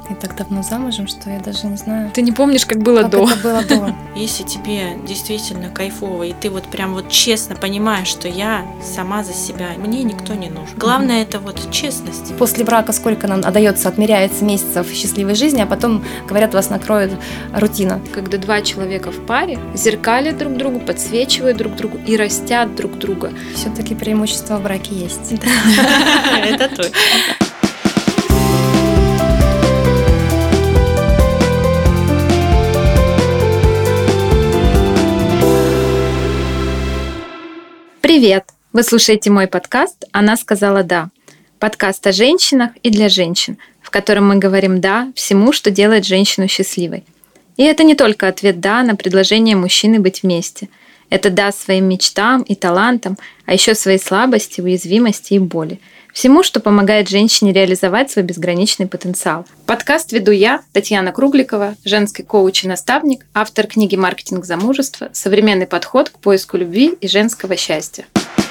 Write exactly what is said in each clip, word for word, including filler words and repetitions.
И так давно замужем, что я даже не знаю. Ты не помнишь, как было как до? это было до. Если тебе действительно кайфово, и ты вот прям вот честно понимаешь, что я сама за себя, мне никто не нужен. Главное, это вот честность. После брака сколько нам отдается, отмеряется месяцев счастливой жизни, а потом, говорят, вас накроет рутина. Когда два человека в паре зеркалят друг другу, подсвечивают друг другу и растят друг друга. Все-таки преимущество в браке есть. Это точно. Привет! Вы слушаете мой подкаст «Она сказала да». Подкаст о женщинах и для женщин, в котором мы говорим «да» всему, что делает женщину счастливой. И это не только ответ «да» на предложение мужчины быть вместе. Это «да» своим мечтам и талантам, а еще своей слабости, уязвимости и боли. Всему, что помогает женщине реализовать свой безграничный потенциал. Подкаст веду я, Татьяна Кругликова, женский коуч и наставник, автор книги «Маркетинг замужества. Современный подход к поиску любви и женского счастья».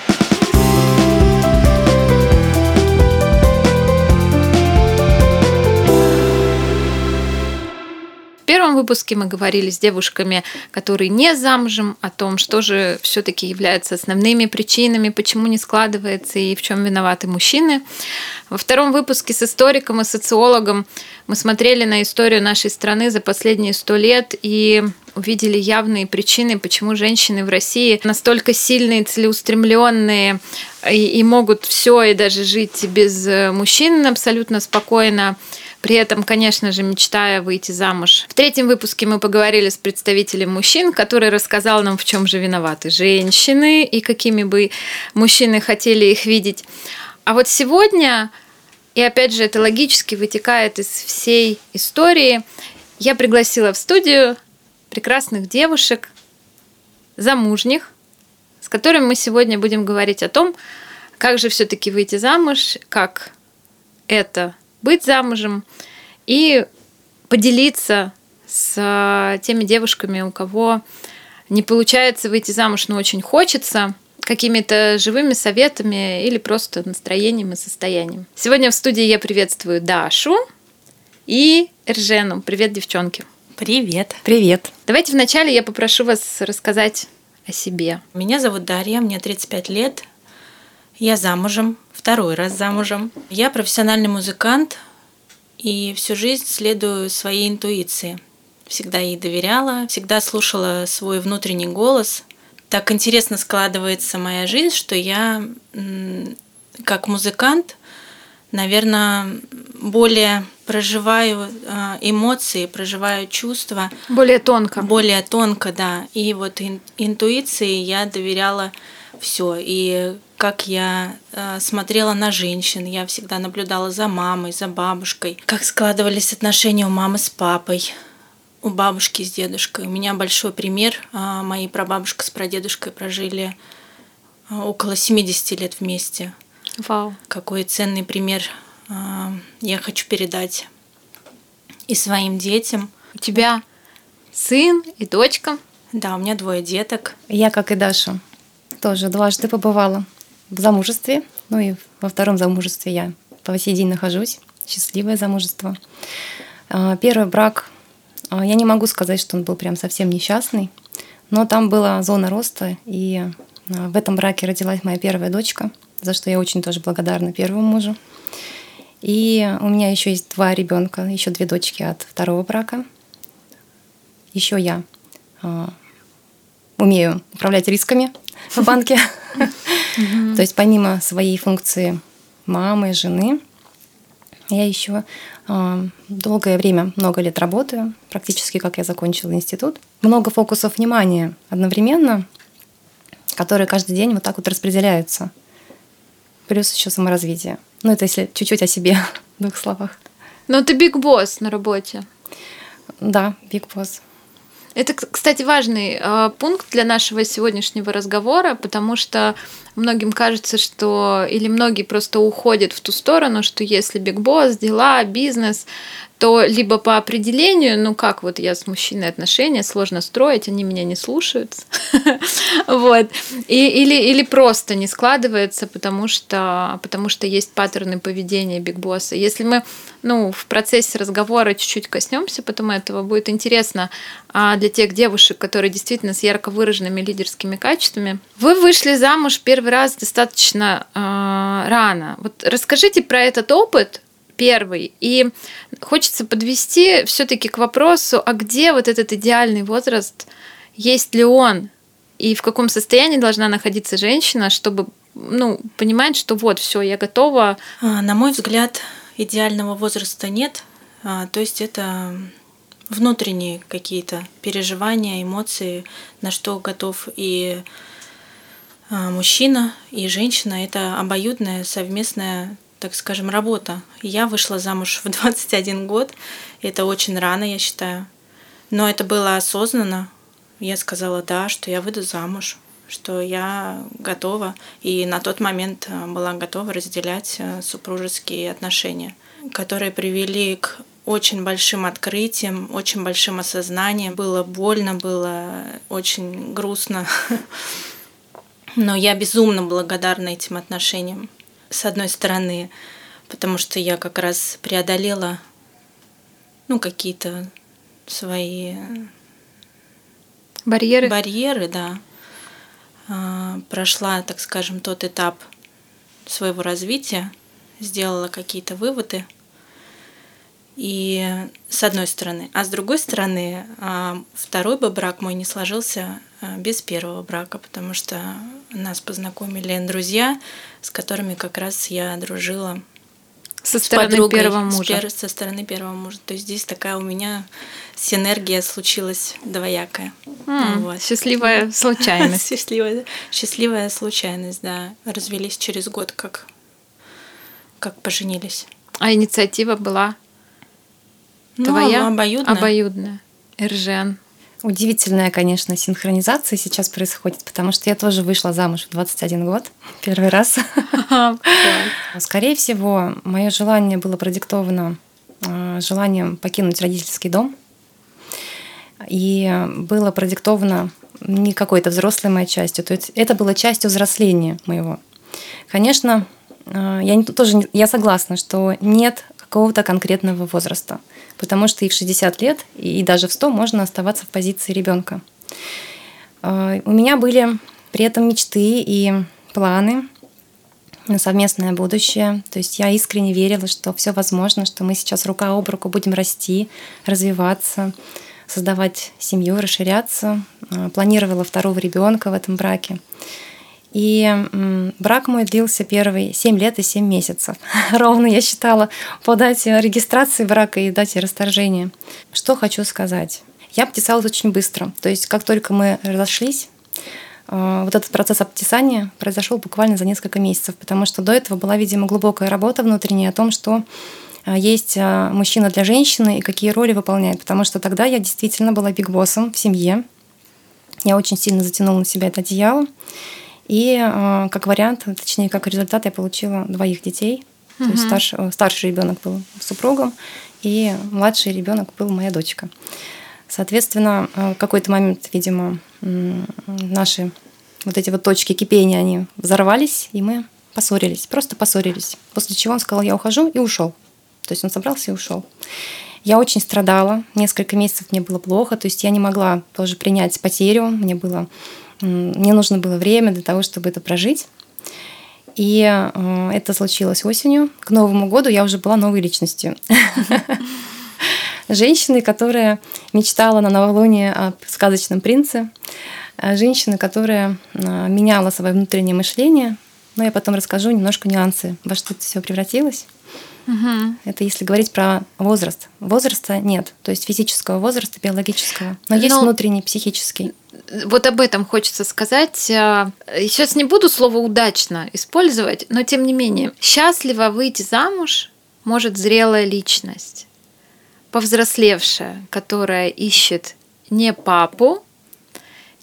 В первом выпуске мы говорили с девушками, которые не замужем, о том, что же все-таки является основными причинами, почему не складывается и в чем виноваты мужчины. Во втором выпуске с историком и социологом мы смотрели на историю нашей страны за последние сто лет и увидели явные причины, почему женщины в России настолько сильные, целеустремленные и, и могут все и даже жить без мужчин абсолютно спокойно. При этом, конечно же, мечтая выйти замуж. В третьем выпуске мы поговорили с представителем мужчин, который рассказал нам, в чем же виноваты женщины и какими бы мужчины хотели их видеть. А вот сегодня, и опять же это логически вытекает из всей истории, я пригласила в студию прекрасных девушек, замужних, с которыми мы сегодня будем говорить о том, как же все-таки выйти замуж, как это быть замужем, и поделиться с теми девушками, у кого не получается выйти замуж, но очень хочется, какими-то живыми советами или просто настроением и состоянием. Сегодня в студии я приветствую Дашу и Эржену. Привет, девчонки. Привет. Привет. Давайте вначале я попрошу вас рассказать о себе. Меня зовут Дарья, мне тридцать пять лет. Я замужем, второй раз замужем. Я профессиональный музыкант и всю жизнь следую своей интуиции. Всегда ей доверяла, всегда слушала свой внутренний голос. Так интересно складывается моя жизнь, что я, как музыкант, наверное, более проживаю эмоции, проживаю чувства. Более тонко. Более тонко, да. И вот интуиции я доверяла все. И как я э, смотрела на женщин, я всегда наблюдала за мамой, за бабушкой, как складывались отношения у мамы с папой, у бабушки с дедушкой. У меня большой пример. Э, мои прабабушка с прадедушкой прожили э, около семьдесят лет вместе. Вау. Какой ценный пример э, я хочу передать и своим детям. У тебя сын и дочка. Да, у меня двое деток. Я, как и Даша, тоже дважды побывала в замужестве. Ну и во втором замужестве я по сей день нахожусь. Счастливое замужество. Первый брак, я не могу сказать, что он был прям совсем несчастный, но там была зона роста, и в этом браке родилась моя первая дочка, за что я очень тоже благодарна первому мужу. И у меня еще есть два ребенка, еще две дочки от второго брака. Еще я умею управлять рисками в банке. То есть помимо своей функции мамы, жены, я еще долгое время, много лет работаю, практически как я закончила институт. Много фокусов внимания одновременно, которые каждый день вот так вот распределяются. Плюс еще саморазвитие. Ну, это если чуть-чуть о себе в двух словах. Но ты биг босс на работе. Да, биг босс. Это, кстати, важный э, пункт для нашего сегодняшнего разговора, потому что многим кажется, что или многие просто уходят в ту сторону, что если Big Boss, дела, бизнес, то либо по определению, ну как вот я с мужчиной отношения, сложно строить, они меня не слушаются, вот, и, или, или просто не складывается, потому что, потому что есть паттерны поведения Big Boss. Если мы, ну, в процессе разговора чуть-чуть коснемся потом этого, будет интересно а для тех девушек, которые действительно с ярко выраженными лидерскими качествами. Вы вышли замуж первый раз достаточно э, рано. Вот расскажите про этот опыт, первый. И хочется подвести все-таки к вопросу, а где вот этот идеальный возраст, есть ли он, и в каком состоянии должна находиться женщина, чтобы, ну, понимать, что вот, все, я готова. На мой взгляд, идеального возраста нет. То есть это внутренние какие-то переживания, эмоции, на что готов и мужчина, и женщина. Это обоюдная, совместная, так скажем, работа. Я вышла замуж в двадцать один год. Это очень рано, я считаю. Но это было осознанно. Я сказала да, что я выйду замуж, что я готова. И на тот момент была готова разделять супружеские отношения, которые привели к очень большим открытиям, очень большим осознанием. Было больно, было очень грустно. Но я безумно благодарна этим отношениям. С одной стороны, потому что я как раз преодолела, ну, какие-то свои барьеры, барьеры, да. Прошла, так скажем, тот этап своего развития, сделала какие-то выводы. И с одной стороны. А с другой стороны, второй бы брак мой не сложился без первого брака, потому что нас познакомили друзья, с которыми как раз я дружила со с стороны подругой, первого мужа. С, со стороны первого мужа. То есть здесь такая у меня синергия случилась двоякая. Mm, вот. Счастливая случайность. счастливая, счастливая случайность, да. Развелись через год, как, как поженились. А инициатива была ну, твоя? Обоюдная. Обоюдная. Эржен. Удивительная, конечно, синхронизация сейчас происходит, потому что я тоже вышла замуж в двадцать один год, первый раз. Скорее всего, мое желание было продиктовано желанием покинуть родительский дом. И было продиктовано не какой-то взрослой моей частью. То есть это было частью взросления моего. Конечно, я тоже я согласна, что нет какого-то конкретного возраста, потому что и в шестьдесят лет, и даже в сто можно оставаться в позиции ребенка. У меня были при этом мечты и планы на совместное будущее. То есть я искренне верила, что все возможно, что мы сейчас рука об руку будем расти, развиваться, создавать семью, расширяться. Планировала второго ребенка в этом браке. И брак мой длился первый семь лет и семь месяцев. Ровно я считала по дате регистрации брака и дате расторжения. Что хочу сказать. Я обтесалась очень быстро. То есть как только мы разошлись, вот этот процесс обтесания произошел буквально за несколько месяцев, потому что до этого была, видимо, глубокая работа внутренняя о том, что есть мужчина для женщины и какие роли выполняет. Потому что тогда я действительно была бигбоссом в семье. Я очень сильно затянула на себя это одеяло. И э, как вариант, точнее, как результат, я получила двоих детей. Uh-huh. То есть старший, старший ребенок был супругом, и младший ребенок был моя дочка. Соответственно, в какой-то момент, видимо, наши вот эти вот точки кипения, они взорвались, и мы поссорились, просто поссорились. После чего он сказал: я ухожу, и ушел. То есть он собрался и ушел. Я очень страдала, несколько месяцев мне было плохо, то есть я не могла тоже принять потерю, мне было Мне нужно было время для того, чтобы это прожить. И это случилось осенью. К Новому году я уже была новой личностью. Женщиной, которая мечтала на новолуние о сказочном принце. Женщина, которая меняла свое внутреннее мышление. Но я потом расскажу немножко нюансы, во что это все превратилось. Угу. Это если говорить про возраст. Возраста нет, то есть физического возраста, биологического. Но, но есть внутренний, психический. Вот об этом хочется сказать. Сейчас не буду слово «удачно» использовать, но тем не менее. Счастливо выйти замуж может зрелая личность, повзрослевшая, которая ищет не папу,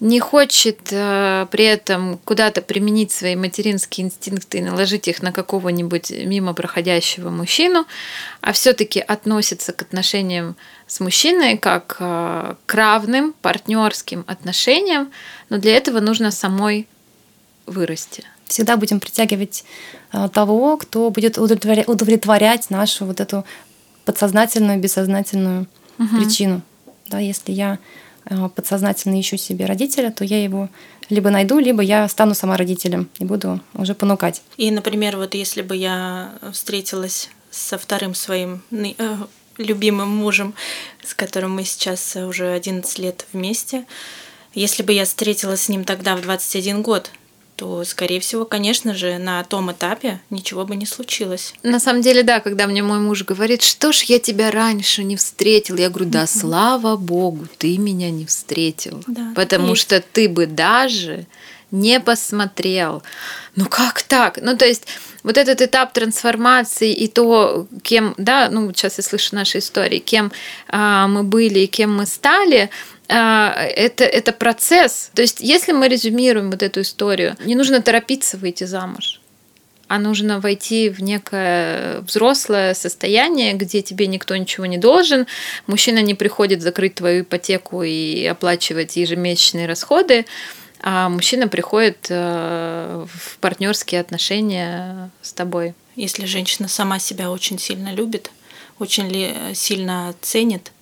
не хочет э, при этом куда-то применить свои материнские инстинкты и наложить их на какого-нибудь мимо проходящего мужчину, а все-таки относится к отношениям с мужчиной как э, к равным партнерским отношениям, но для этого нужно самой вырасти. Всегда будем притягивать э, того, кто будет удовлетворять, удовлетворять нашу вот эту подсознательную, бессознательную угу. причину. Да, если я подсознательно ищу себе родителя, то я его либо найду, либо я стану сама родителем и буду уже понукать. И, например, вот если бы я встретилась со вторым своим э, любимым мужем, с которым мы сейчас уже одиннадцать лет вместе, если бы я встретилась с ним тогда в двадцать один год, то, скорее всего, конечно же, на том этапе ничего бы не случилось. На самом деле, да, когда мне мой муж говорит, что ж я тебя раньше не встретил, я говорю, да, слава богу, ты меня не встретил, да, потому что ты бы даже не посмотрел. Ну как так? Ну то есть вот этот этап трансформации и то, кем, да, ну сейчас я слышу наши истории, кем а, мы были и кем мы стали, Это, это процесс. То есть, если мы резюмируем вот эту историю, не нужно торопиться выйти замуж, а нужно войти в некое взрослое состояние, где тебе никто ничего не должен, мужчина не приходит закрыть твою ипотеку и оплачивать ежемесячные расходы, а мужчина приходит в партнерские отношения с тобой. Если женщина сама себя очень сильно любит, очень ли сильно ценит,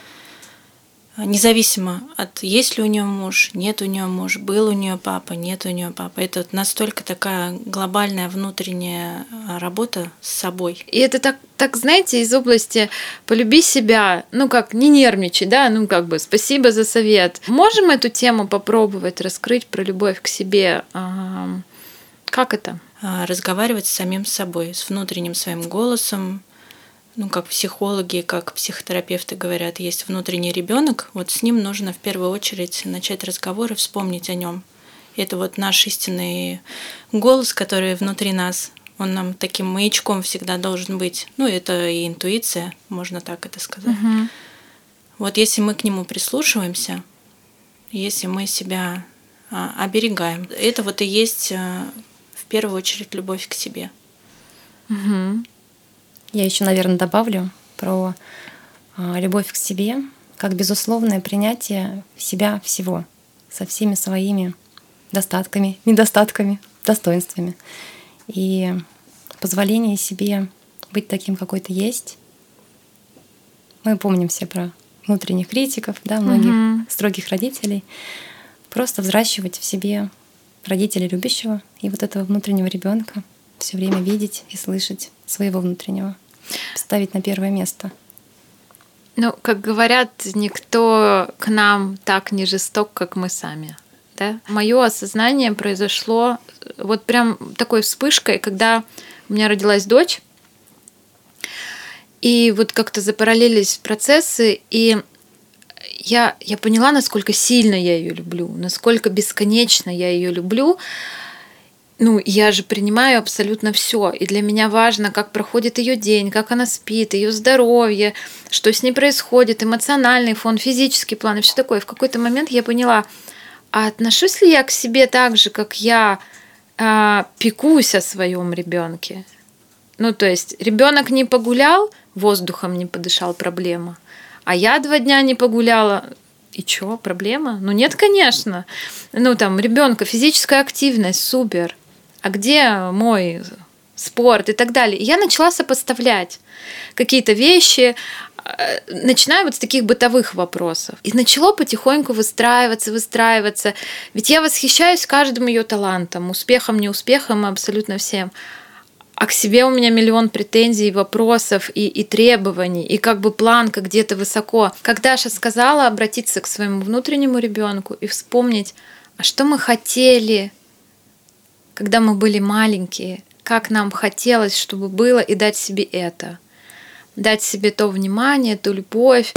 независимо от есть ли у нее муж, нет у нее муж, был у нее папа, нет у нее папа. Это настолько такая глобальная внутренняя работа с собой. И это так, так знаете, из области полюби себя, ну как, не нервничай, да, ну как бы спасибо за совет. Можем эту тему попробовать раскрыть про любовь к себе? Как это? Разговаривать с самим собой, с внутренним своим голосом. Ну, как психологи, как психотерапевты говорят, есть внутренний ребенок, вот с ним нужно в первую очередь начать разговор и вспомнить о нем. Это вот наш истинный голос, который внутри нас, он нам таким маячком всегда должен быть. Ну, это и интуиция, можно так это сказать. Угу. Вот если мы к нему прислушиваемся, если мы себя а, оберегаем, это вот и есть а, в первую очередь любовь к себе. Угу. Я еще, наверное, добавлю про а, любовь к себе, как безусловное принятие себя всего, со всеми своими достатками, недостатками, достоинствами. И позволение себе быть таким, какой ты есть. Мы помним все про внутренних критиков, да, многих mm-hmm. строгих родителей. Просто взращивать в себе родителя любящего и вот этого внутреннего ребенка, все время видеть и слышать своего внутреннего, ставить на первое место. Ну, как говорят, никто к нам так не жесток, как мы сами. Да? Мое осознание произошло вот прям такой вспышкой, когда у меня родилась дочь, и вот как-то запараллелись процессы, и я, я поняла, насколько сильно я ее люблю, насколько бесконечно я ее люблю. Ну, я же принимаю абсолютно все, и для меня важно, как проходит ее день, как она спит, ее здоровье, что с ней происходит, эмоциональный фон, физический план и все такое. В какой-то момент я поняла, а отношусь ли я к себе так же, как я э, пекусь о своем ребенке? Ну, то есть ребенок не погулял, воздухом не подышал, проблема. А я два дня не погуляла. И чё, проблема? Ну нет, конечно. Ну там ребенка физическая активность, супер. А где мой спорт и так далее? И я начала сопоставлять какие-то вещи, начиная вот с таких бытовых вопросов. И начало потихоньку выстраиваться, выстраиваться. Ведь я восхищаюсь каждым ее талантом, успехом, неуспехом, абсолютно всем. А к себе у меня миллион претензий, вопросов и, и требований, и как бы планка где-то высоко. Как Даша сказала, обратиться к своему внутреннему ребенку и вспомнить, а что мы хотели, когда мы были маленькие, как нам хотелось, чтобы было, и дать себе это. Дать себе то внимание, ту любовь.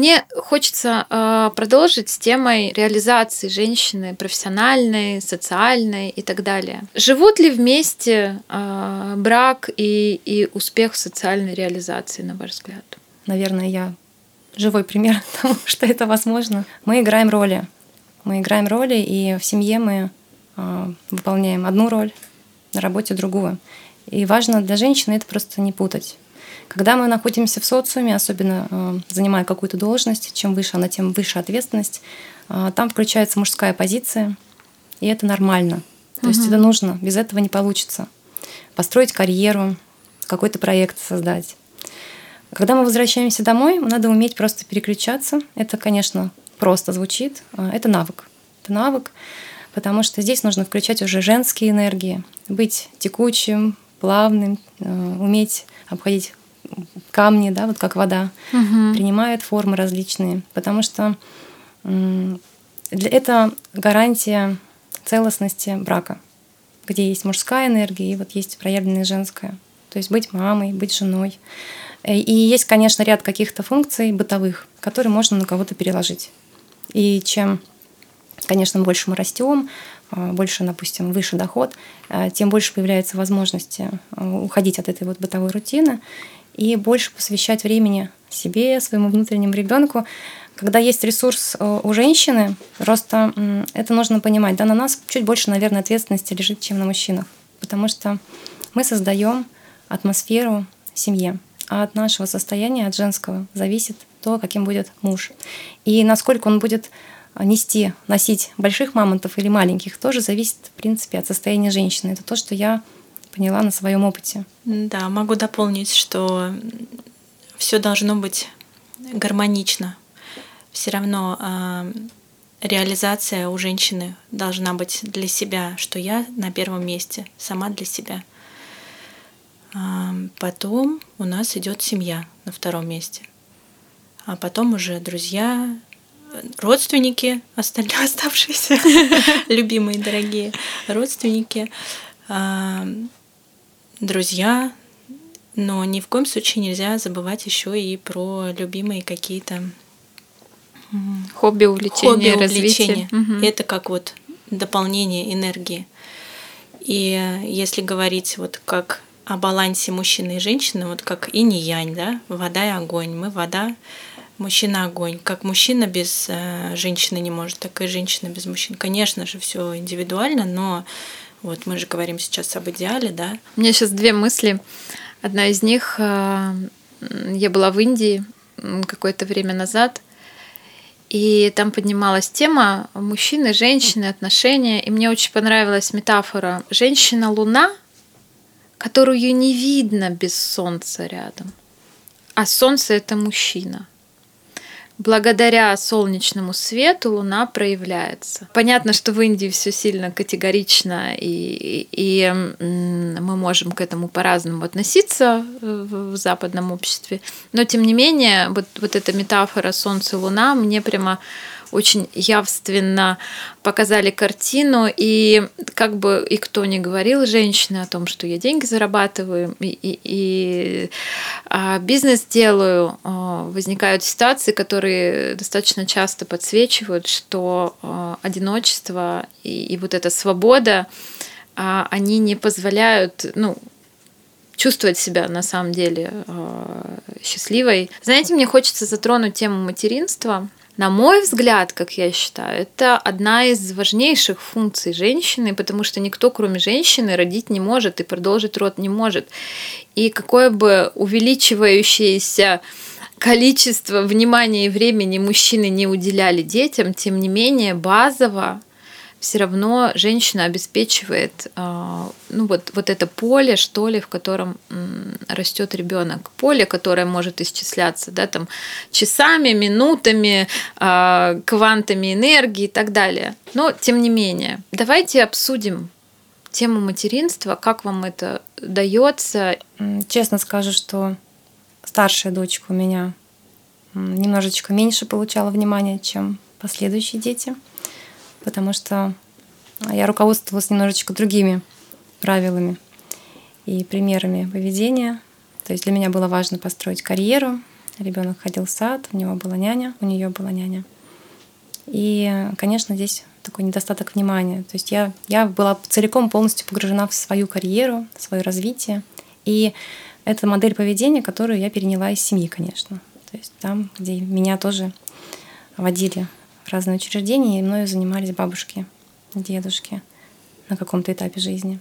Мне хочется э, продолжить с темой реализации женщины профессиональной, социальной и так далее. Живут ли вместе э, брак и, и успех в социальной реализации, на ваш взгляд? Наверное, я живой пример тому, что это возможно. Мы играем роли. Мы играем роли, и в семье мы э, выполняем одну роль, на работе другую. И важно для женщины это просто не путать. Когда мы находимся в социуме, особенно э, занимая какую-то должность, чем выше она, тем выше ответственность, э, там включается мужская позиция, и это нормально. То есть это нужно, без этого не получится. Построить карьеру, какой-то проект создать. Когда мы возвращаемся домой, надо уметь просто переключаться. Это, конечно, просто звучит. Это навык. Это навык, потому что здесь нужно включать уже женские энергии, быть текучим, плавным, уметь обходить камни, да, вот как вода, угу. принимает формы различные, потому что это гарантия целостности брака, где есть мужская энергия и вот есть проявленная женская. То есть быть мамой, быть женой. И есть, конечно, ряд каких-то функций бытовых, которые можно на кого-то переложить. И чем, конечно, больше мы растем, больше, допустим, выше доход, тем больше появляется возможности уходить от этой вот бытовой рутины и больше посвящать времени себе, своему внутреннему ребенку. Когда есть ресурс у женщины, просто это нужно понимать. Да, на нас чуть больше, наверное, ответственности лежит, чем на мужчинах, потому что мы создаем атмосферу в семье, а от нашего состояния, от женского, зависит то, каким будет муж. И насколько он будет нести, носить больших мамонтов или маленьких, тоже зависит, в принципе, от состояния женщины. Это то, что я поняла на своем опыте. Да, могу дополнить, что все должно быть гармонично. Все равно э, реализация у женщины должна быть для себя, что я на первом месте, сама для себя. А потом у нас идет семья на втором месте. А потом уже друзья, родственники, остальные оставшиеся, любимые, дорогие родственники, друзья. Но ни в коем случае нельзя забывать еще и про любимые какие-то хобби, увлечения, хобби, развитие. Угу. Это как вот дополнение энергии. И если говорить вот как о балансе мужчины и женщины, вот как инь и янь, да, вода и огонь. Мы вода, мужчина огонь. Как мужчина без э, женщины не может, так и женщина без мужчин. Конечно же, все индивидуально, но вот мы же говорим сейчас об идеале, да. У меня сейчас две мысли. Одна из них, э, я была в Индии какое-то время назад, и там поднималась тема мужчины, женщины, отношения, и мне очень понравилась метафора «женщина-луна», которую не видно без солнца рядом. А солнце — это мужчина. Благодаря солнечному свету Луна проявляется. Понятно, что в Индии все сильно категорично, и, и мы можем к этому по-разному относиться в западном обществе. Но, тем не менее, вот, вот эта метафора Солнце и Луна мне прямо очень явственно показали картину, и как бы и кто ни говорил женщины о том, что я деньги зарабатываю и, и, и а, бизнес делаю, а, возникают ситуации, которые достаточно часто подсвечивают, что а, одиночество и, и вот эта свобода, а, они не позволяют, ну, чувствовать себя на самом деле а, счастливой. Знаете, мне хочется затронуть тему материнства. На мой взгляд, как я считаю, это одна из важнейших функций женщины, потому что никто, кроме женщины, родить не может и продолжить род не может. И какое бы увеличивающееся количество внимания и времени мужчины не уделяли детям, тем не менее базово все равно женщина обеспечивает ну, вот, вот это поле, что ли, в котором растет ребенок. Поле, которое может исчисляться да, там, часами, минутами, квантами энергии и так далее. Но тем не менее, давайте обсудим тему материнства, как вам это дается. Честно скажу, что старшая дочка у меня немножечко меньше получала внимания, чем последующие дети, потому что я руководствовалась немножечко другими правилами и примерами поведения. То есть для меня было важно построить карьеру, ребенок ходил в сад, у него была няня, у нее была няня. И, конечно, здесь такой недостаток внимания. То есть я, я была целиком полностью погружена в свою карьеру, в свое развитие. И это модель поведения, которую я переняла из семьи, конечно. То есть там, где меня тоже водили в разные учреждения, и мною занимались бабушки, дедушки на каком-то этапе жизни.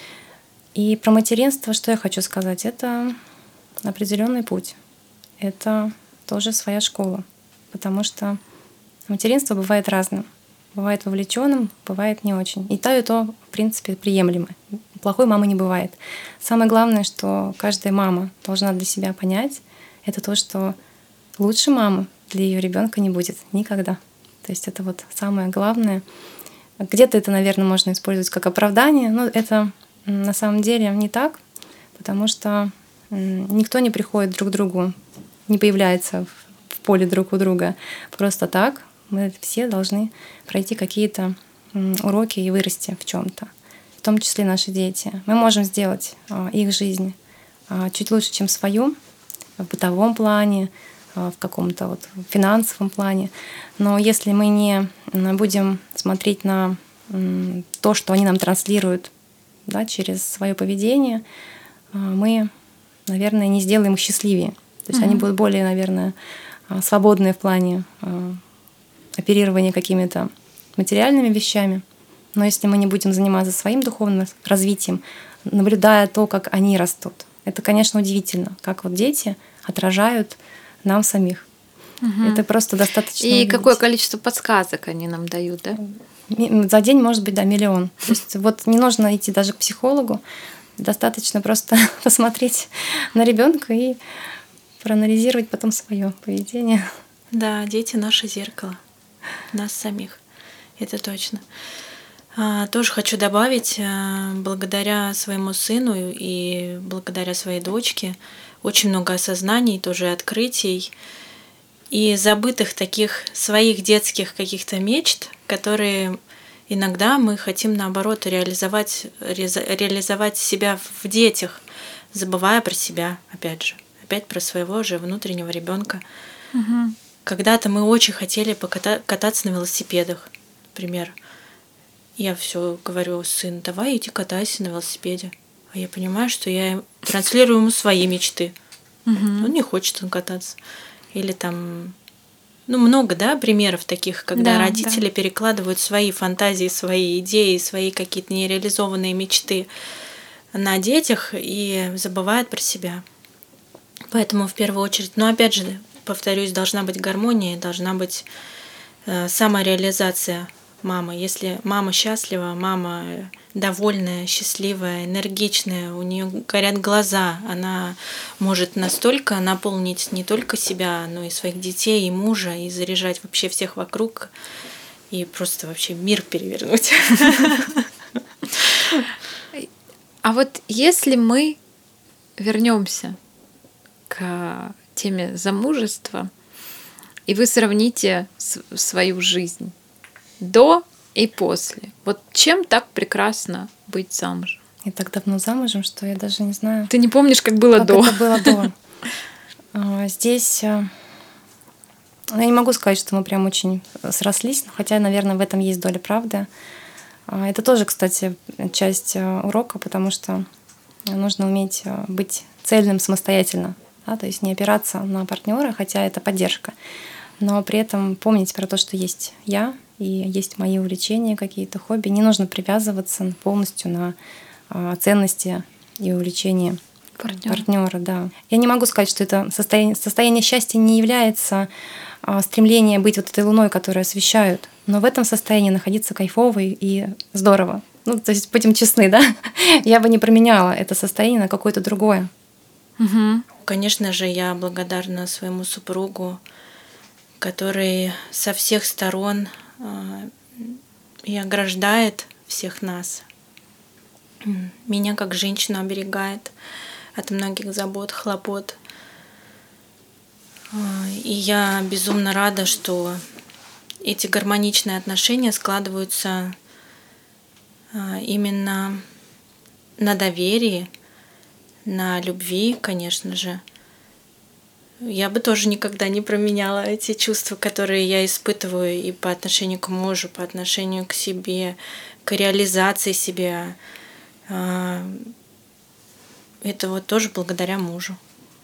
И про материнство, что я хочу сказать, это определенный путь. Это тоже своя школа, потому что материнство бывает разным. Бывает вовлеченным, бывает не очень. И то, и то, в принципе, приемлемо. Плохой мамы не бывает. Самое главное, что каждая мама должна для себя понять, это то, что лучше мамы для ее ребенка не будет никогда. То есть это вот самое главное. Где-то это, наверное, можно использовать как оправдание, но это на самом деле не так, потому что никто не приходит друг к другу, не появляется в поле друг у друга просто так. Мы все должны пройти какие-то уроки и вырасти в чем-то, в том числе наши дети. Мы можем сделать их жизнь чуть лучше, чем свою, в бытовом плане, в каком-то вот финансовом плане. Но если мы не будем смотреть на то, что они нам транслируют, да, через свое поведение, мы, наверное, не сделаем их счастливее. То есть mm-hmm. они будут более, наверное, свободные в плане оперирования какими-то материальными вещами. Но если мы не будем заниматься своим духовным развитием, наблюдая то, как они растут, это, конечно, удивительно, как вот дети отражают нам самих. Угу. Это просто достаточно. И увидеть. Какое количество подсказок они нам дают, да? За день может быть, да, миллион. То есть вот не нужно идти даже к психологу, достаточно просто посмотреть на ребенка и проанализировать потом свое поведение. Да, дети — наше зеркало, нас самих, это точно. А, тоже хочу добавить, благодаря своему сыну и благодаря своей дочке очень много осознаний, тоже открытий и забытых таких своих детских каких-то мечт, которые иногда мы хотим, наоборот, реализовать, реализовать себя в детях, забывая про себя, опять же, опять про своего же внутреннего ребенка. Угу. Когда-то мы очень хотели поката- кататься на велосипедах, например. Я все говорю: сын, давай иди катайся на велосипеде. А я понимаю, что я транслирую ему свои мечты. Угу. Он не хочет он кататься. Или там, ну, много, да, примеров таких, когда да, родители да. перекладывают свои фантазии, свои идеи, свои какие-то нереализованные мечты на детях и забывают про себя. Поэтому в первую очередь, ну, опять же, повторюсь, должна быть гармония, должна быть э, самореализация мамы. Если мама счастлива, мама довольная, счастливая, энергичная, у нее горят глаза, она может настолько наполнить не только себя, но и своих детей, и мужа, и заряжать вообще всех вокруг, и просто вообще мир перевернуть. А вот если мы вернемся к теме замужества, и вы сравните свою жизнь до и после. Вот чем так прекрасно быть замужем? Я так давно замужем, что я даже не знаю. Ты не помнишь, как было как до? это было до. Здесь я не могу сказать, что мы прям очень срослись, хотя, наверное, в этом есть доля правды. Это тоже, кстати, часть урока, потому что нужно уметь быть цельным самостоятельно, да, то есть не опираться на партнера, хотя это поддержка, но при этом помнить про то, что есть я и есть мои увлечения, какие-то хобби. Не нужно привязываться полностью на ценности и увлечения партнера. партнера да. Я не могу сказать, что это состояние, состояние счастья не является стремление быть вот этой луной, которую освещают, но в этом состоянии находиться кайфово и здорово. Ну, то есть будем честны, да? Я бы не променяла это состояние на какое-то другое. Угу. Конечно же, я благодарна своему супругу, который со всех сторон и ограждает всех нас. Меня как женщину оберегает от многих забот, хлопот. И я безумно рада, что эти гармоничные отношения складываются именно на доверии, на любви, конечно же, Я бы тоже никогда не променяла эти чувства, которые я испытываю и по отношению к мужу, по отношению к себе, к реализации себя. Это вот тоже благодаря мужу.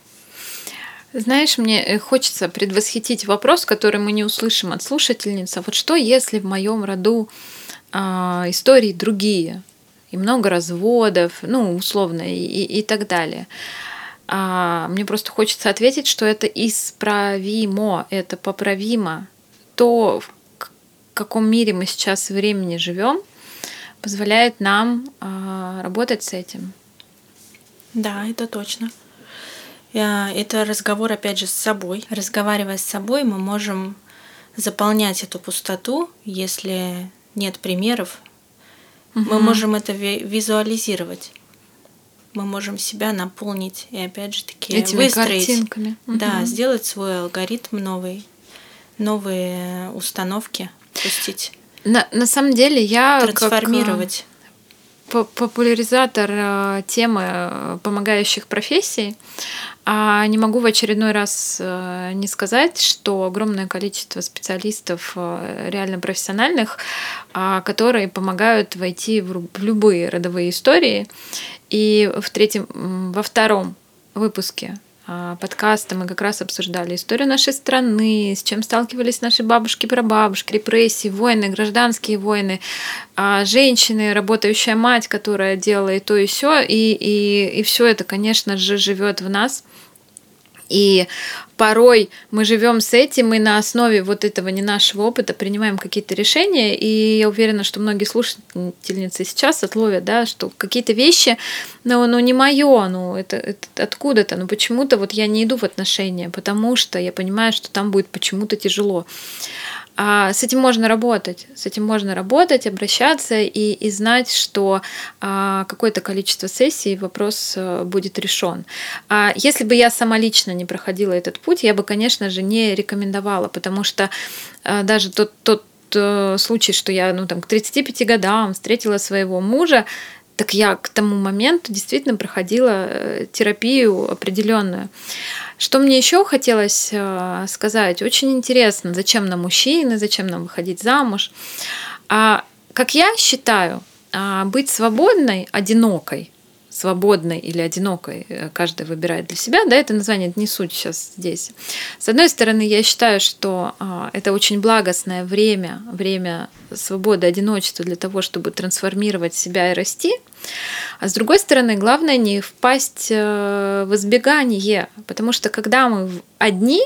Знаешь, мне хочется предвосхитить вопрос, который мы не услышим от слушательницы. Вот что, если в моем роду а, истории другие, и много разводов, ну, условно, и, и, и так далее. А, мне просто хочется ответить, что это исправимо, это поправимо. То, в каком мире мы сейчас времени живем, позволяет нам а, работать с этим. Да, это точно. Это разговор, опять же, с собой. Разговаривая с собой, мы можем заполнять эту пустоту, если нет примеров. Угу. Мы можем это визуализировать. Мы можем себя наполнить и, опять же, таки этими выстроить. Картинками. Угу. Да, сделать свой алгоритм новый, новые установки пустить. На, на самом деле я трансформировать. Как популяризатор темы помогающих профессий, а не могу в очередной раз не сказать, что огромное количество специалистов реально профессиональных, которые помогают войти в любые родовые истории. И в третьем, во втором выпуске подкаста мы как раз обсуждали историю нашей страны, с чем сталкивались наши бабушки, прабабушки, репрессии, войны, гражданские войны, женщины, работающая мать, которая делала и то, и сё, и, и, и все это, конечно же, живет в нас. И порой мы живем с этим, и на основе вот этого не нашего опыта принимаем какие-то решения. И я уверена, что многие слушательницы сейчас отловят, да, что какие-то вещи, ну, ну не мое, ну это, это откуда-то, ну почему-то вот я не иду в отношения, потому что я понимаю, что там будет почему-то тяжело. А с этим можно работать, с этим можно работать, обращаться и, и знать, что а, какое-то количество сессий вопрос а, будет решен. А если бы я сама лично не проходила этот путь, я бы, конечно же, не рекомендовала, потому что а, даже тот, тот а, случай, что я ну, там, к тридцати пяти годам встретила своего мужа, так я к тому моменту действительно проходила терапию определенную. Что мне еще хотелось сказать? Очень интересно, зачем нам мужчины, зачем нам выходить замуж. А, как я считаю, быть свободной, одинокой, свободной или одинокой, каждый выбирает для себя, да, это название не суть сейчас здесь. С одной стороны, я считаю, что это очень благостное время, время свободы, одиночества для того, чтобы трансформировать себя и расти. А с другой стороны, главное не впасть в избегание, потому что когда мы одни,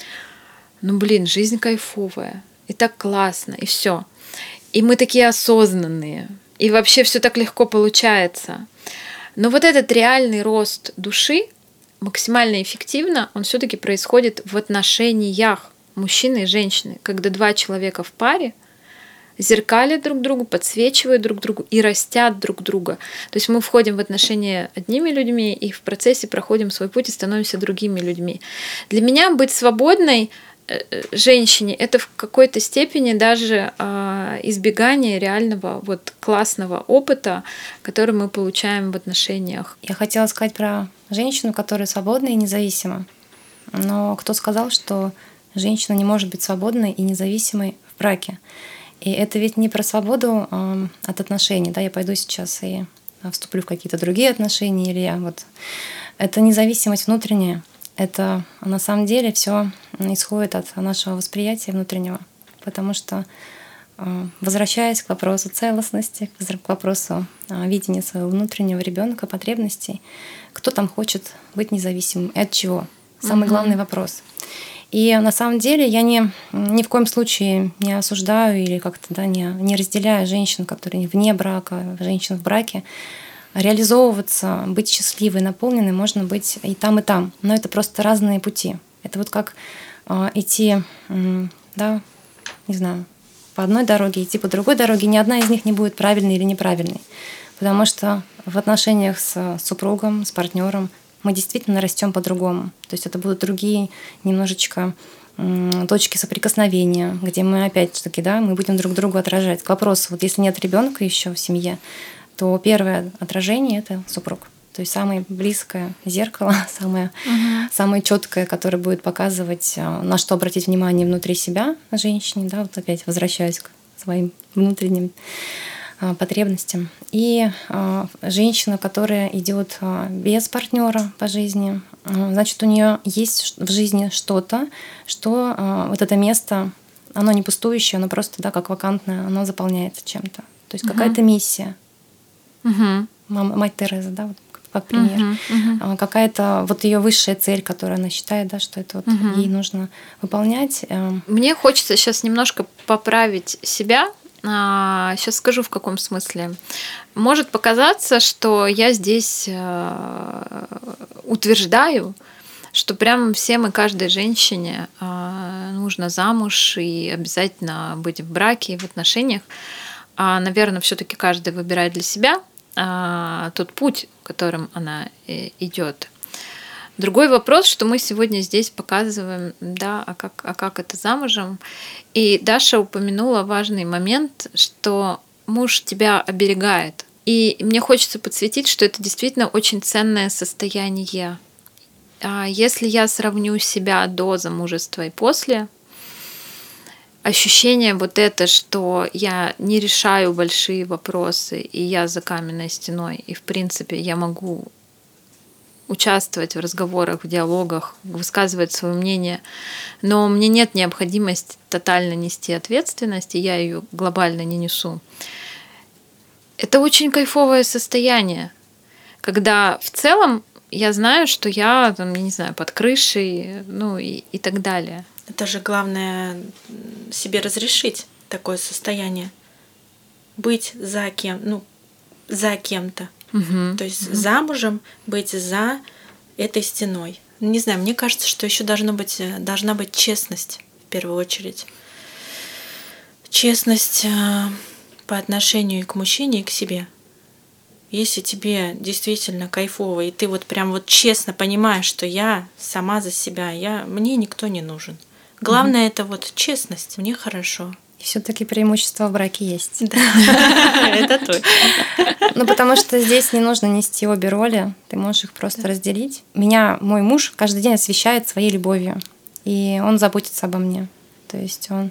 ну блин, жизнь кайфовая, и так классно, и все. И мы такие осознанные, и вообще все так легко получается. Но вот этот реальный рост души максимально эффективно, он все-таки происходит в отношениях мужчины и женщины, когда два человека в паре зеркалят друг другу, подсвечивают друг другу и растят друг друга. То есть мы входим в отношения одними людьми и в процессе проходим свой путь и становимся другими людьми. Для меня быть свободной женщине это в какой-то степени даже э, избегание реального вот классного опыта, который мы получаем в отношениях. Я хотела сказать про женщину, которая свободна и независима. Но кто сказал, что женщина не может быть свободной и независимой в браке? И это ведь не про свободу э, от отношений. Да, я пойду сейчас и вступлю в какие-то другие отношения, или я вот... Это независимость внутренняя. Это на самом деле все исходит от нашего восприятия внутреннего. Потому что, возвращаясь к вопросу целостности, к вопросу видения своего внутреннего ребенка, потребностей, кто там хочет быть независимым и от чего? Самый угу. главный вопрос. И на самом деле я не, ни в коем случае не осуждаю или как-то да, не, не разделяю женщин, которые вне брака, женщин в браке. Реализовываться, быть счастливой, наполненной можно быть и там, и там. Но это просто разные пути. Это вот как э, идти, э, да, не знаю, по одной дороге, идти по другой дороге. Ни одна из них не будет правильной или неправильной. Потому что в отношениях с супругом, с партнером мы действительно растем по-другому. То есть это будут другие немножечко э, точки соприкосновения, где мы опять-таки, да, мы будем друг другу отражать. К вопросу, вот если нет ребенка еще в семье, то первое отражение — это супруг. То есть самое близкое зеркало, самое, Мгм. самое четкое, которое будет показывать, а, на что обратить внимание внутри себя женщине, да, вот опять возвращаюсь к своим внутренним а, потребностям. И а, женщина, которая идет а, без партнера по жизни, а, значит, у нее есть ш- в жизни что-то, что а, вот это место, оно не пустующее, оно просто, да, как вакантное, оно заполняется чем-то. То есть Мгм. какая-то миссия. Мгм. Мама, мать Тереза, да, вот как как пример. Мгм. Мгм. А, Какая-то вот ее высшая цель, которую она считает, да, что это вот Мгм. ей нужно выполнять. эм, Мне хочется сейчас немножко поправить себя. Сейчас скажу в каком смысле. Может показаться, что я здесь э, утверждаю, что прям всем и каждой женщине э, нужно замуж и обязательно быть в браке и в отношениях. А, наверное, все-таки каждый выбирает для себя а, тот путь, которым она э, идет. Другой вопрос, что мы сегодня здесь показываем, да, а как, а как это замужем. И Даша упомянула важный момент, что муж тебя оберегает. И мне хочется подсветить, что это действительно очень ценное состояние. А если я сравню себя до замужества и после, ощущение вот это, что я не решаю большие вопросы, и я за каменной стеной, и в принципе я могу участвовать в разговорах, в диалогах, высказывать свое мнение, но мне нет необходимости тотально нести ответственность, и я ее глобально не несу. Это очень кайфовое состояние, когда в целом я знаю, что я, там, я не знаю, под крышей, ну и, и так далее. Это же главное м, себе разрешить такое состояние. Быть за кем, ну, за кем-то. Мгм. То есть замужем, быть за этой стеной. Не знаю, мне кажется, что еще должно быть, э, должна быть честность в первую очередь. Честность э, по отношению и к мужчине, и к себе. Если тебе действительно кайфово, и ты вот прям вот честно понимаешь, что я сама за себя, я, мне никто не нужен. Главное это вот честность, мне хорошо. И все-таки преимущество в браке есть. Это точно. Ну, потому что здесь не нужно нести обе роли, ты можешь их просто разделить. Меня мой муж каждый день освещает своей любовью, и он заботится обо мне. То есть он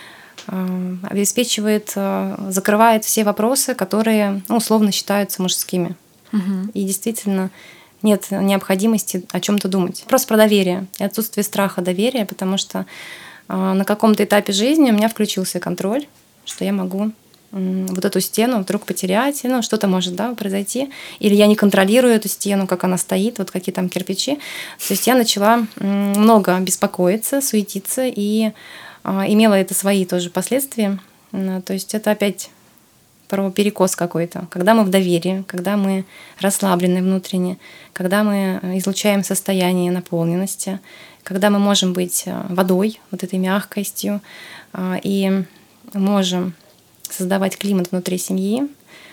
э, обеспечивает, э, закрывает все вопросы, которые, ну, условно считаются мужскими. Мгм. И действительно нет необходимости о чем-то думать. Просто про доверие и отсутствие страха доверия, потому что э, на каком-то этапе жизни у меня включился контроль, что я могу м, вот эту стену вдруг потерять, ну, что-то может, да, произойти. Или я не контролирую эту стену, как она стоит, вот какие там кирпичи. То есть я начала м, много беспокоиться, суетиться, и а, имело это свои тоже последствия. М, То есть это опять про перекос какой-то. Когда мы в доверии, когда мы расслаблены внутренне, когда мы излучаем состояние наполненности, когда мы можем быть э, водой, вот этой мягкостью, а, и можем создавать климат внутри семьи,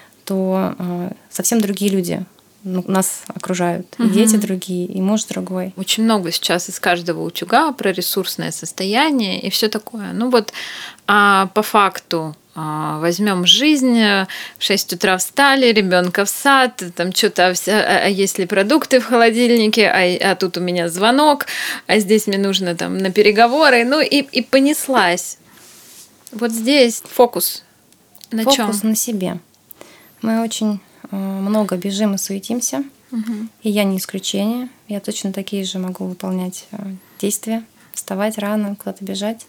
то э, совсем другие люди ну, нас окружают. И Мгм. дети другие, и муж другой. Очень много сейчас из каждого утюга про ресурсное состояние и все такое. Ну вот а по факту а, возьмем жизнь, в шесть утра встали, ребенка в сад, там что-то, а, а есть ли продукты в холодильнике, а, а тут у меня звонок, а здесь мне нужно там на переговоры, ну и, и понеслась. Вот здесь фокус на чем? Фокус на себе. Мы очень э, много бежим и суетимся, и я не исключение. Я точно такие же могу выполнять э, действия, вставать рано, куда-то бежать.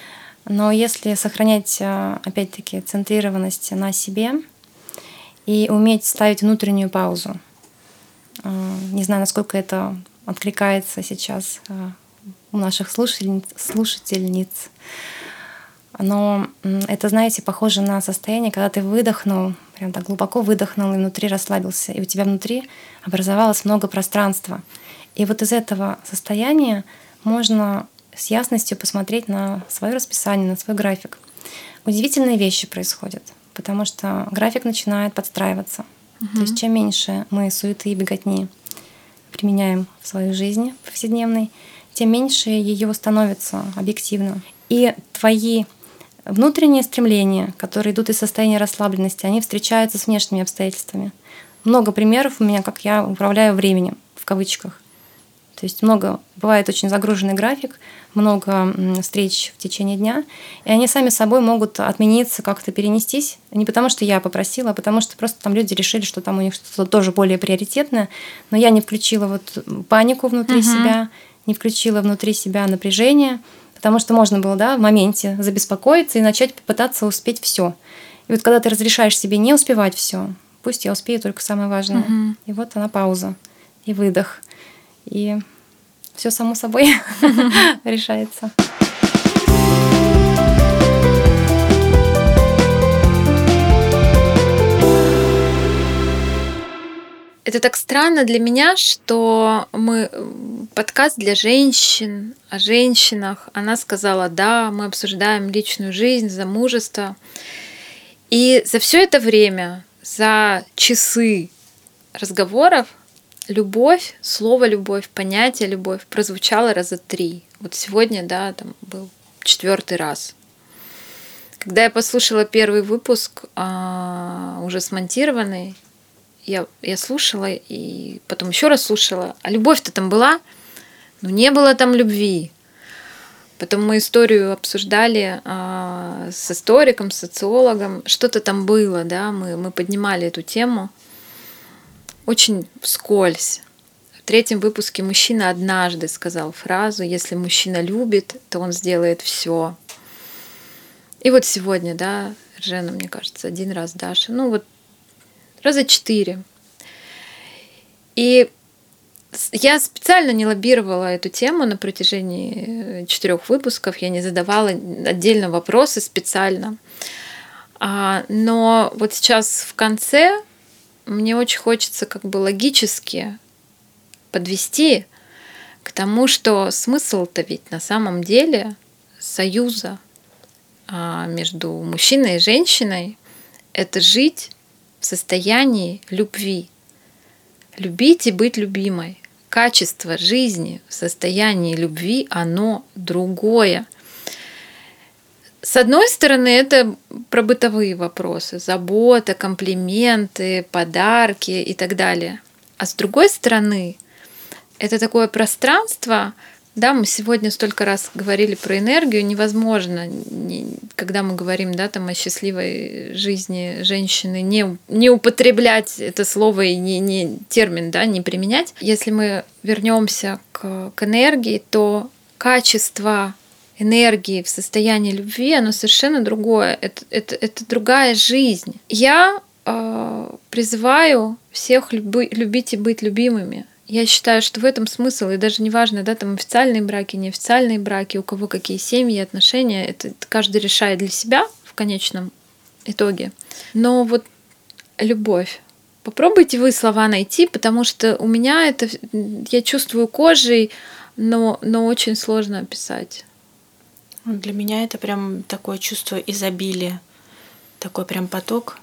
Но если сохранять, э, опять-таки, центрированность на себе и уметь ставить внутреннюю паузу, э, не знаю, насколько это откликается сейчас э, у наших слушательниц, слушательниц, но м, это, знаете, похоже на состояние, когда ты выдохнул, прям так глубоко выдохнул и внутри расслабился, и у тебя внутри образовалось много пространства. И вот из этого состояния можно с ясностью посмотреть на свое расписание, на свой график. Удивительные вещи происходят, потому что график начинает подстраиваться. То есть чем меньше мы суеты и беготни применяем в своей жизни повседневной, тем меньше ее становится объективно. И твои внутренние стремления, которые идут из состояния расслабленности, они встречаются с внешними обстоятельствами. много примеров у меня, как я управляю временем, в кавычках. То есть много, бывает очень загруженный график, много встреч в течение дня, и они сами собой могут отмениться, как-то перенестись. Не потому, что я попросила, а потому что просто там люди решили, что там у них что-то тоже более приоритетное, но я не включила вот панику внутри uh-huh. себя, не включила внутри себя напряжение, потому что можно было, да, в моменте забеспокоиться и начать попытаться успеть все. И вот когда ты разрешаешь себе не успевать все, пусть я успею только самое важное. Uh-huh. И вот она пауза и выдох. И все само собой решается. Это так странно для меня, что мы подкаст для женщин, о женщинах. Она сказала, да, мы обсуждаем личную жизнь, замужество. И за все это время, за часы разговоров, любовь, слово любовь, понятие любовь прозвучало раза три. Вот сегодня, да, там был четвертый раз. Когда я послушала первый выпуск, а, уже смонтированный, я, я слушала и потом еще раз слушала. А любовь-то там была? Ну, не было там любви. Потом мы историю обсуждали а, с историком, с социологом. Что-то там было, да, мы, мы поднимали эту тему. Очень вскользь. В третьем выпуске мужчина однажды сказал фразу: если мужчина любит, то он сделает все. И вот сегодня, да, Жена, мне кажется, один раз, Даша, ну вот раза четыре. И я специально не лоббировала эту тему на протяжении четырех выпусков, я не задавала отдельно вопросы специально. Но вот сейчас в конце мне очень хочется как бы логически подвести к тому, что смысл-то ведь на самом деле союза между мужчиной и женщиной — это жить в состоянии любви. Любить и быть любимой. Качество жизни в состоянии любви, оно другое. С одной стороны, это про бытовые вопросы, забота, комплименты, подарки и так далее. А с другой стороны, это такое пространство, да, мы сегодня столько раз говорили про энергию, невозможно, когда мы говорим, да, там, о счастливой жизни женщины, не, не употреблять это слово и не, не термин, да, не применять. Если мы вернемся к, к энергии, то качество энергии в состоянии любви, оно совершенно другое. Это, это, это другая жизнь. Я э, призываю всех люби, любить и быть любимыми. Я считаю, что в этом смысл, и даже неважно, да, там официальные браки, неофициальные браки, у кого какие семьи, отношения, это, это каждый решает для себя в конечном итоге. Но вот любовь. Попробуйте вы слова найти, потому что у меня это, я чувствую кожей, но, но очень сложно описать. Для меня это прям такое чувство изобилия, такой прям поток,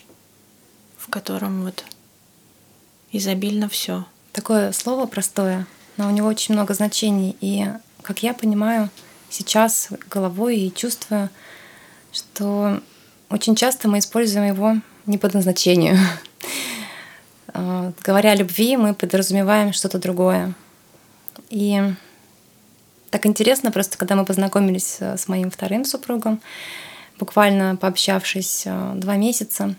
в котором вот изобильно все. Такое слово простое, но у него очень много значений. И, как я понимаю сейчас головой и чувствую, что очень часто мы используем его не по назначению. Говоря о любви, мы подразумеваем что-то другое. И так интересно просто, когда мы познакомились с моим вторым супругом, буквально пообщавшись два месяца,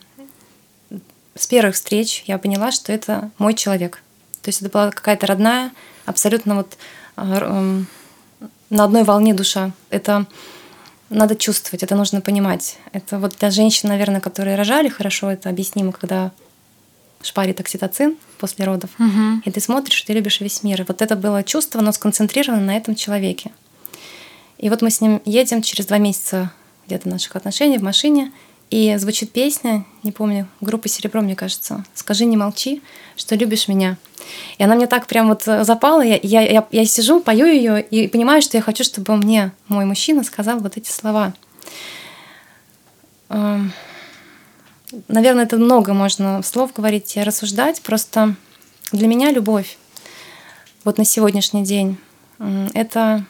с первых встреч я поняла, что это мой человек. То есть это была какая-то родная, абсолютно вот э, на одной волне душа. Это надо чувствовать, это нужно понимать. Это вот для женщин, наверное, которые рожали хорошо, это объяснимо, когда шпарит окситоцин после родов, угу. И ты смотришь, ты любишь весь мир. И вот это было чувство, оно сконцентрировано на этом человеке. И вот мы с ним едем через два месяца где-то наших отношений в машине, и звучит песня, не помню, группы «Серебро», мне кажется, «Скажи, не молчи, что любишь меня». И она мне так прям вот запала, я, я, я, я сижу, пою ее и понимаю, что я хочу, чтобы мне мой мужчина сказал вот эти слова. Наверное, это много можно слов говорить и рассуждать, просто для меня любовь вот на сегодняшний день — это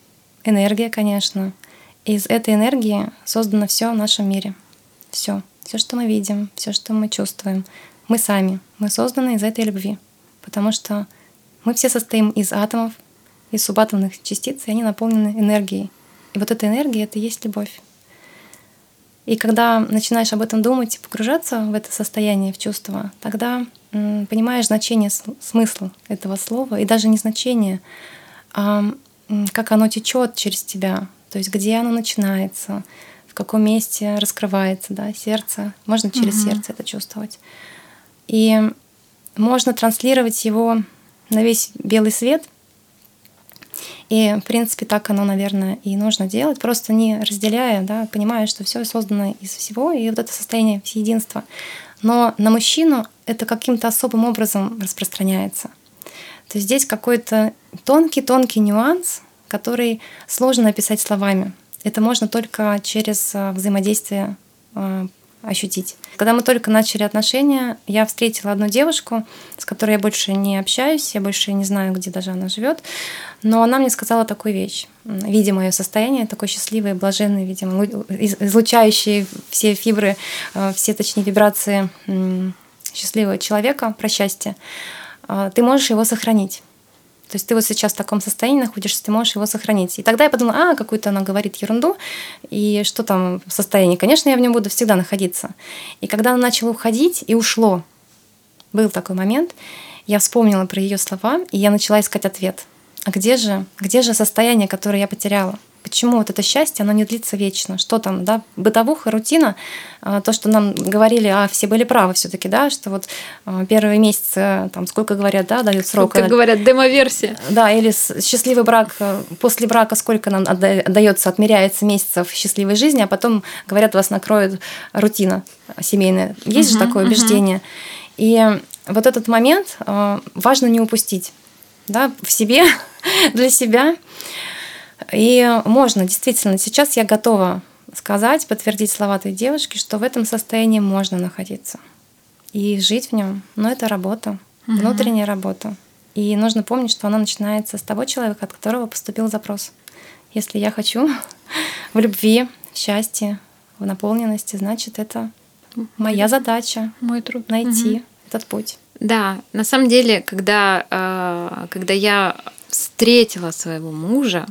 энергия, конечно. Из этой энергии создано все в нашем мире. Все. все, что мы видим, все, что мы чувствуем, мы сами, мы созданы из этой любви, потому что мы все состоим из атомов, из субатомных частиц, и они наполнены энергией. И вот эта энергия — это и есть любовь. И когда начинаешь об этом думать и погружаться в это состояние, в чувство, тогда м, понимаешь значение, смысл этого слова, и даже не значение, а м, как оно течет через тебя, то есть где оно начинается, в каком месте раскрывается, да, сердце. Можно через угу. сердце это чувствовать. И можно транслировать его на весь белый свет. И, в принципе, так оно, наверное, и нужно делать, просто не разделяя, да, понимая, что все создано из всего, и вот это состояние всеединства. Но на мужчину это каким-то особым образом распространяется. То есть здесь какой-то тонкий-тонкий нюанс, который сложно описать словами. Это можно только через взаимодействие ощутить. Когда мы только начали отношения, я встретила одну девушку, с которой я больше не общаюсь, я больше не знаю, где даже она живет, но она мне сказала такую вещь. Видя мое состояние, такой счастливый, блаженный, видимо, излучающий все фибры, все, точнее, вибрации счастливого человека про счастье, ты можешь его сохранить. То есть ты вот сейчас в таком состоянии находишься, ты можешь его сохранить. И тогда я подумала, а, какую-то она говорит ерунду, и что там в состоянии? Конечно, я в нем буду всегда находиться. И когда она начала уходить, и ушло, был такой момент, я вспомнила про ее слова, и я начала искать ответ. А где же, где же состояние, которое я потеряла? Почему вот это счастье, оно не длится вечно? Что там, да, бытовуха, рутина, то, что нам говорили, а все были правы все-таки, да, что вот первые месяцы, там, сколько говорят, да, дают срок. Как говорят, демоверсия. Да, или счастливый брак, после брака сколько нам отдается, отмеряется месяцев счастливой жизни, а потом, говорят, вас накроет рутина семейная. Есть uh-huh, же такое убеждение. Uh-huh. И вот этот момент важно не упустить, да, в себе, для себя. И можно, действительно, сейчас я готова сказать, подтвердить слова той девушки, что в этом состоянии можно находиться и жить в нем. Но это работа, угу. внутренняя работа. И нужно помнить, что она начинается с того человека, от которого поступил запрос. Если я хочу в любви, в счастье, в наполненности, значит, это моя задача, мой труд. Найти угу. этот путь. Да, на самом деле, когда, когда я встретила своего мужа,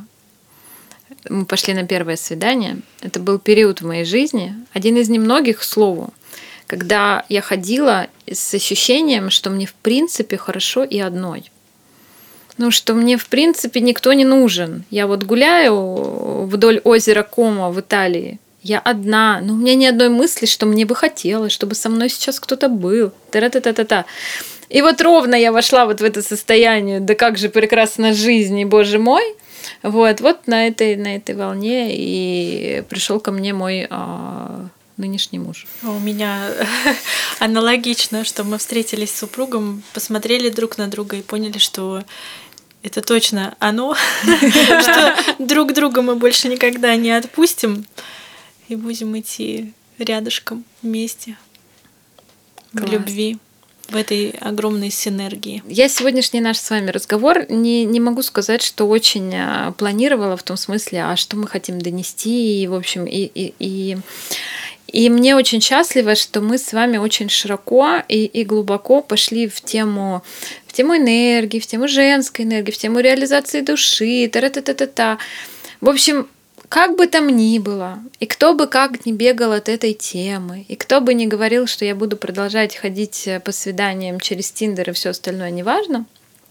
мы пошли на первое свидание. Это был период в моей жизни, один из немногих, к слову, когда я ходила с ощущением, что мне в принципе хорошо и одной. Ну, что мне в принципе никто не нужен. Я вот гуляю вдоль озера Комо в Италии, я одна, но у меня ни одной мысли, что мне бы хотелось, чтобы со мной сейчас кто-то был. Та-та-та-та-та. И вот ровно я вошла вот в это состояние, да как же прекрасна жизнь, и, боже мой. Вот, вот на этой, на этой волне и пришел ко мне мой а, нынешний муж. У меня аналогично, что мы встретились с супругом, посмотрели друг на друга и поняли, что это точно оно, что друг друга мы больше никогда не отпустим и будем идти рядышком вместе в любви. В этой огромной синергии. Я сегодняшний наш с вами разговор не, не могу сказать, что очень планировала в том смысле, а что мы хотим донести, и, в общем, и, и, и, и мне очень счастливо, что мы с вами очень широко и, и глубоко пошли в тему, в тему энергии, в тему женской энергии, в тему реализации души, та-та-та-та-та. В общем, как бы там ни было, и кто бы как ни бегал от этой темы, и кто бы ни говорил, что я буду продолжать ходить по свиданиям через Тиндер и все остальное неважно,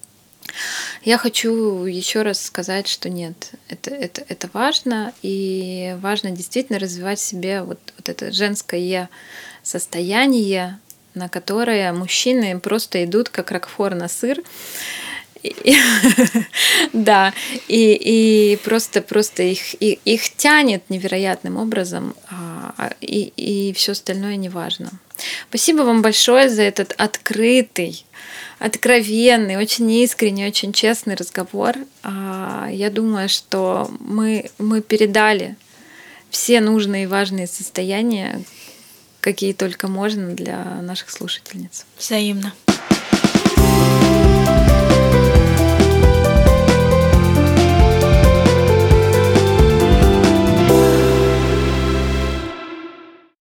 я хочу еще раз сказать, что нет, это, это, это важно, и важно действительно развивать в себе вот, вот это женское состояние, на которое мужчины просто идут как рокфор на сыр. Да, и, и просто, просто их, их, их тянет невероятным образом, а, и, и все остальное не важно. Спасибо вам большое за этот открытый, откровенный, очень искренний, очень честный разговор. Я думаю, что мы, мы передали все нужные и важные состояния, какие только можно для наших слушательниц. Взаимно.